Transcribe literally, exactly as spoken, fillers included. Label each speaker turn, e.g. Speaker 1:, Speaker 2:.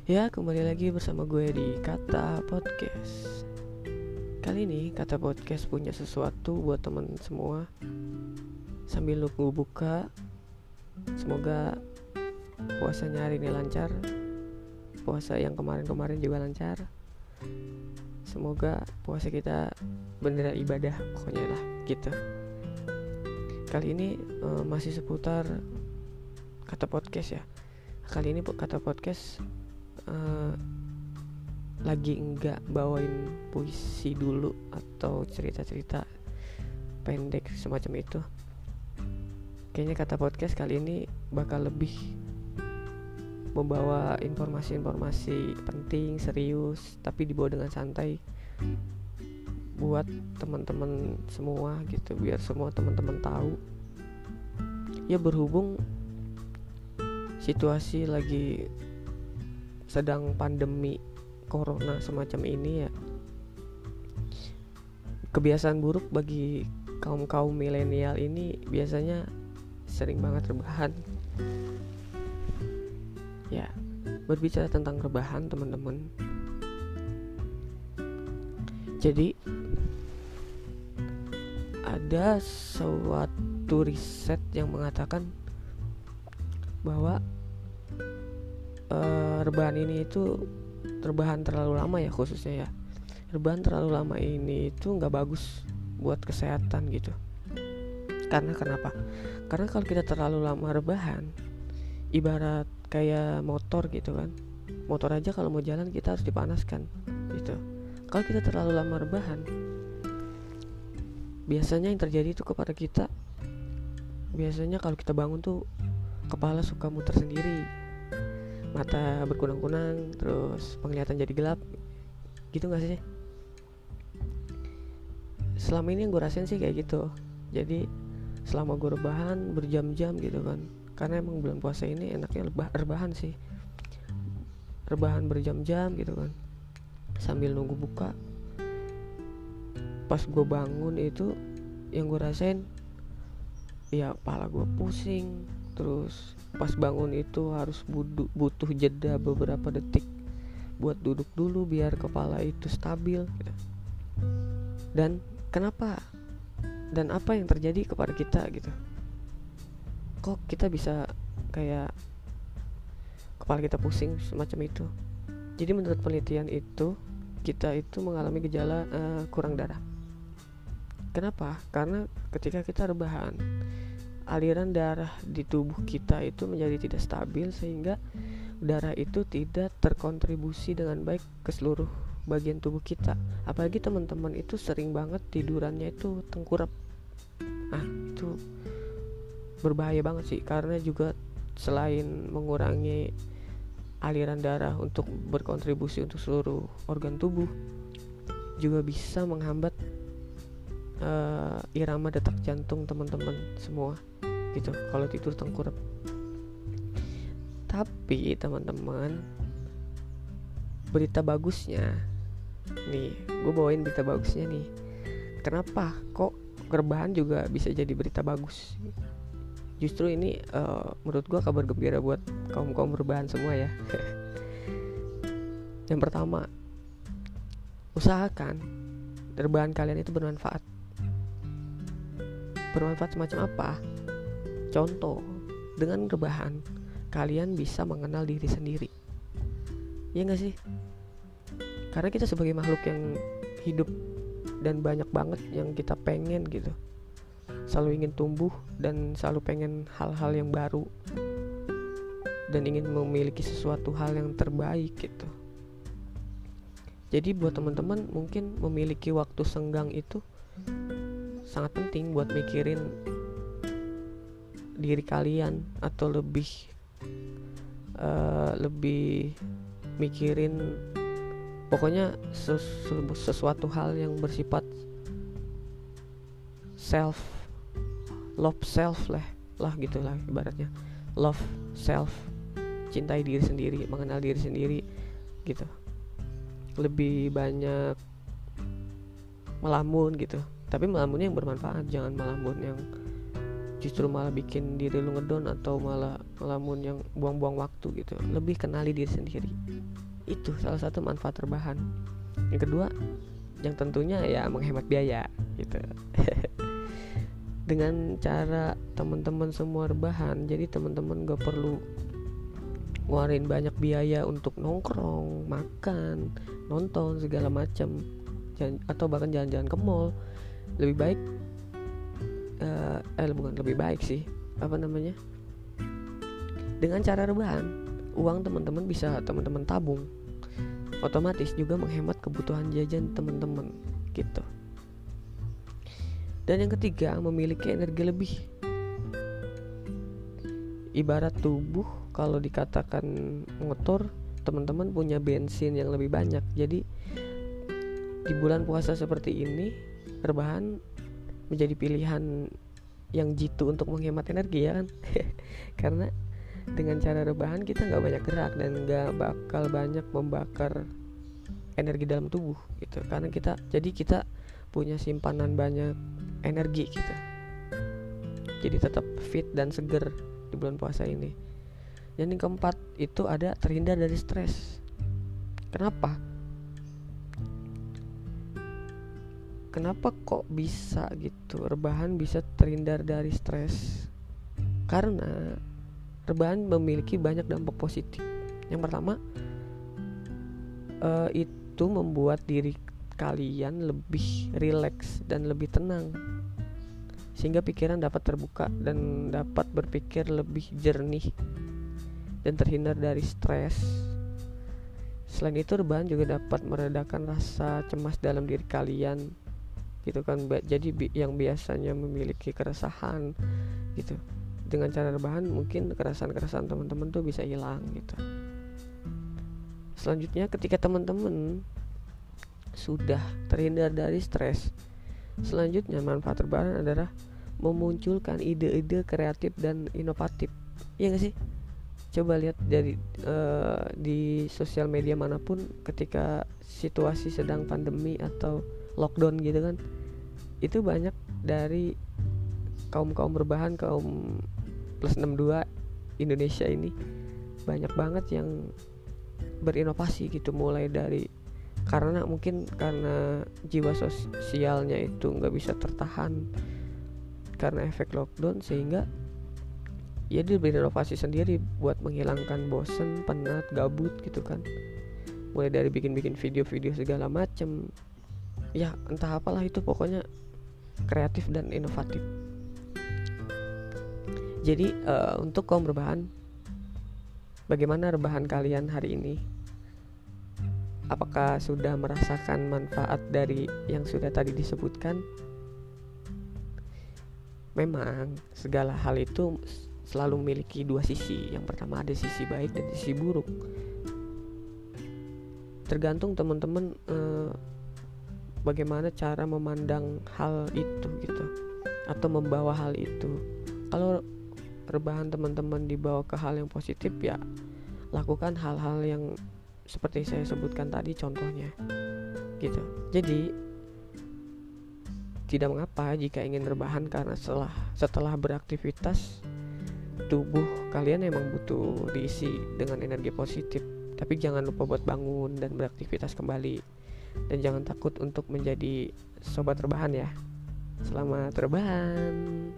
Speaker 1: Ya, kembali lagi bersama gue di Kata Podcast. Kali ini Kata Podcast punya sesuatu buat teman semua. Sambil lu buka, semoga puasanya hari ini lancar. Puasa yang kemarin-kemarin juga lancar. Semoga puasa kita beneran ibadah, pokoknya lah gitu. Kali ini uh, masih seputar Kata Podcast ya. Kali ini Kata Podcast Uh, lagi enggak bawain puisi dulu atau cerita-cerita pendek semacam itu. Kayaknya Kata Podcast kali ini bakal lebih membawa informasi-informasi penting, serius, tapi dibawa dengan santai buat teman-teman semua gitu, biar semua teman-teman tahu. Ya, berhubung situasi lagi sedang pandemi corona semacam ini ya, kebiasaan buruk bagi kaum-kaum milenial ini biasanya sering banget rebahan. Ya, berbicara tentang rebahan teman-teman, jadi ada suatu riset yang mengatakan bahwa Uh, rebahan ini itu rebahan terlalu lama ya, khususnya ya rebahan terlalu lama ini itu nggak bagus buat kesehatan gitu. Karena kenapa? Karena kalau kita terlalu lama rebahan, ibarat kayak motor gitu kan. Motor aja kalau mau jalan kita harus dipanaskan gitu. Kalau kita terlalu lama rebahan, biasanya yang terjadi itu kepada kita, biasanya kalau kita bangun tuh kepala suka muter sendiri, mata berkunang-kunang, terus penglihatan jadi gelap gitu gak sih? Selama ini yang gue rasain sih kayak gitu. Jadi selama gue rebahan berjam-jam gitu kan, karena emang bulan puasa ini enaknya lebah, rebahan sih, rebahan berjam-jam gitu kan, sambil nunggu buka. Pas gue bangun itu yang gue rasain ya kepala gue pusing. Terus pas bangun itu harus budu, butuh jeda beberapa detik buat duduk dulu biar kepala itu stabil gitu. Dan kenapa? Dan apa yang terjadi kepada kita gitu? Kok kita bisa kayak kepala kita pusing semacam itu? Jadi menurut penelitian itu, kita itu mengalami gejala uh, kurang darah. Kenapa? Karena ketika kita rebahan, aliran darah di tubuh kita itu menjadi tidak stabil, sehingga darah itu tidak terkontribusi dengan baik ke seluruh bagian tubuh kita. Apalagi teman-teman itu sering banget tidurannya itu tengkurap. Nah, itu berbahaya banget sih, karena juga selain mengurangi aliran darah untuk berkontribusi untuk seluruh organ tubuh, juga bisa menghambat uh, irama detak jantung teman-teman semua gitu kalau tidur tengkurap. Tapi teman-teman, berita bagusnya nih, gue bawain berita bagusnya nih. Kenapa kok rebahan juga bisa jadi berita bagus? Justru ini uh, menurut gue kabar gembira buat kaum-kaum rebahan semua ya. Yang pertama, usahakan rebahan kalian itu bermanfaat. Bermanfaat semacam apa? Contoh, dengan rebahan kalian bisa mengenal diri sendiri. Iya gak sih? Karena kita sebagai makhluk yang hidup dan banyak banget yang kita pengen gitu, selalu ingin tumbuh dan selalu pengen hal-hal yang baru, dan ingin memiliki sesuatu hal yang terbaik gitu. Jadi buat teman-teman mungkin memiliki waktu senggang itu sangat penting buat mikirin diri kalian, atau lebih uh, lebih mikirin pokoknya sesu, sesuatu hal yang bersifat self love self lah lah gitu lah ibaratnya. Love self, cintai diri sendiri, mengenal diri sendiri gitu. Lebih banyak melamun gitu, tapi melamunnya yang bermanfaat, jangan melamun yang justru malah bikin diri lu ngedon atau malah ngelamun yang buang-buang waktu gitu. Lebih kenali diri sendiri, itu salah satu manfaat rebahan. Yang kedua, yang tentunya ya menghemat biaya gitu. Dengan cara teman-teman semua rebahan, jadi teman-teman gak perlu ngeluarin banyak biaya untuk nongkrong, makan, nonton segala macam, atau bahkan jalan-jalan ke mall. Lebih baik uh, eh bukan lebih baik sih apa namanya dengan cara rebahan, uang teman-teman bisa teman-teman tabung, otomatis juga menghemat kebutuhan jajan teman-teman gitu. Dan yang ketiga, memiliki energi lebih. Ibarat tubuh, kalau dikatakan motor, teman-teman punya bensin yang lebih banyak. Jadi di bulan puasa seperti ini, rebahan menjadi pilihan yang jitu untuk menghemat energi, ya kan? Karena dengan cara rebahan kita nggak banyak gerak dan nggak bakal banyak membakar energi dalam tubuh gitu. Karena kita jadi kita punya simpanan banyak energi kita, jadi tetap fit dan seger di bulan puasa ini. Dan yang keempat itu ada terhindar dari stres. Kenapa? Kenapa kok bisa gitu rebahan bisa terhindar dari stres? Karena rebahan memiliki banyak dampak positif. Yang pertama, uh, itu membuat diri kalian lebih rileks dan lebih tenang, sehingga pikiran dapat terbuka dan dapat berpikir lebih jernih dan terhindar dari stres. Selain itu, rebahan juga dapat meredakan rasa cemas dalam diri kalian gitu kan. Jadi yang biasanya memiliki keresahan gitu, dengan cara rebahan mungkin keresahan-keresahan teman-teman tuh bisa hilang gitu. Selanjutnya, ketika teman-teman sudah terhindar dari stres, selanjutnya manfaat rebahan adalah memunculkan ide-ide kreatif dan inovatif. Iya gak sih? Coba lihat dari uh, di sosial media manapun, ketika situasi sedang pandemi atau lockdown gitu kan, itu banyak dari kaum-kaum rebahan, kaum plus enam puluh dua Indonesia ini banyak banget yang berinovasi gitu, mulai dari karena mungkin karena jiwa sosialnya itu nggak bisa tertahan karena efek lockdown, sehingga ya dia berinovasi sendiri buat menghilangkan bosen, penat, gabut gitu kan. Mulai dari bikin-bikin video-video segala macem, ya entah apalah itu, pokoknya kreatif dan inovatif. Jadi uh, untuk kaum rebahan, bagaimana rebahan kalian hari ini? Apakah sudah merasakan manfaat dari yang sudah tadi disebutkan? Memang segala hal itu selalu memiliki dua sisi. Yang pertama ada sisi baik dan sisi buruk. Tergantung teman-teman eh, bagaimana cara memandang hal itu gitu, atau membawa hal itu. Kalau rebahan teman-teman dibawa ke hal yang positif, ya lakukan hal-hal yang seperti saya sebutkan tadi contohnya gitu. Jadi tidak mengapa jika ingin rebahan, karena setelah setelah beraktivitas tubuh kalian emang butuh diisi dengan energi positif. Tapi jangan lupa buat bangun dan beraktivitas kembali, dan jangan takut untuk menjadi sobat rebahan ya. Selamat rebahan.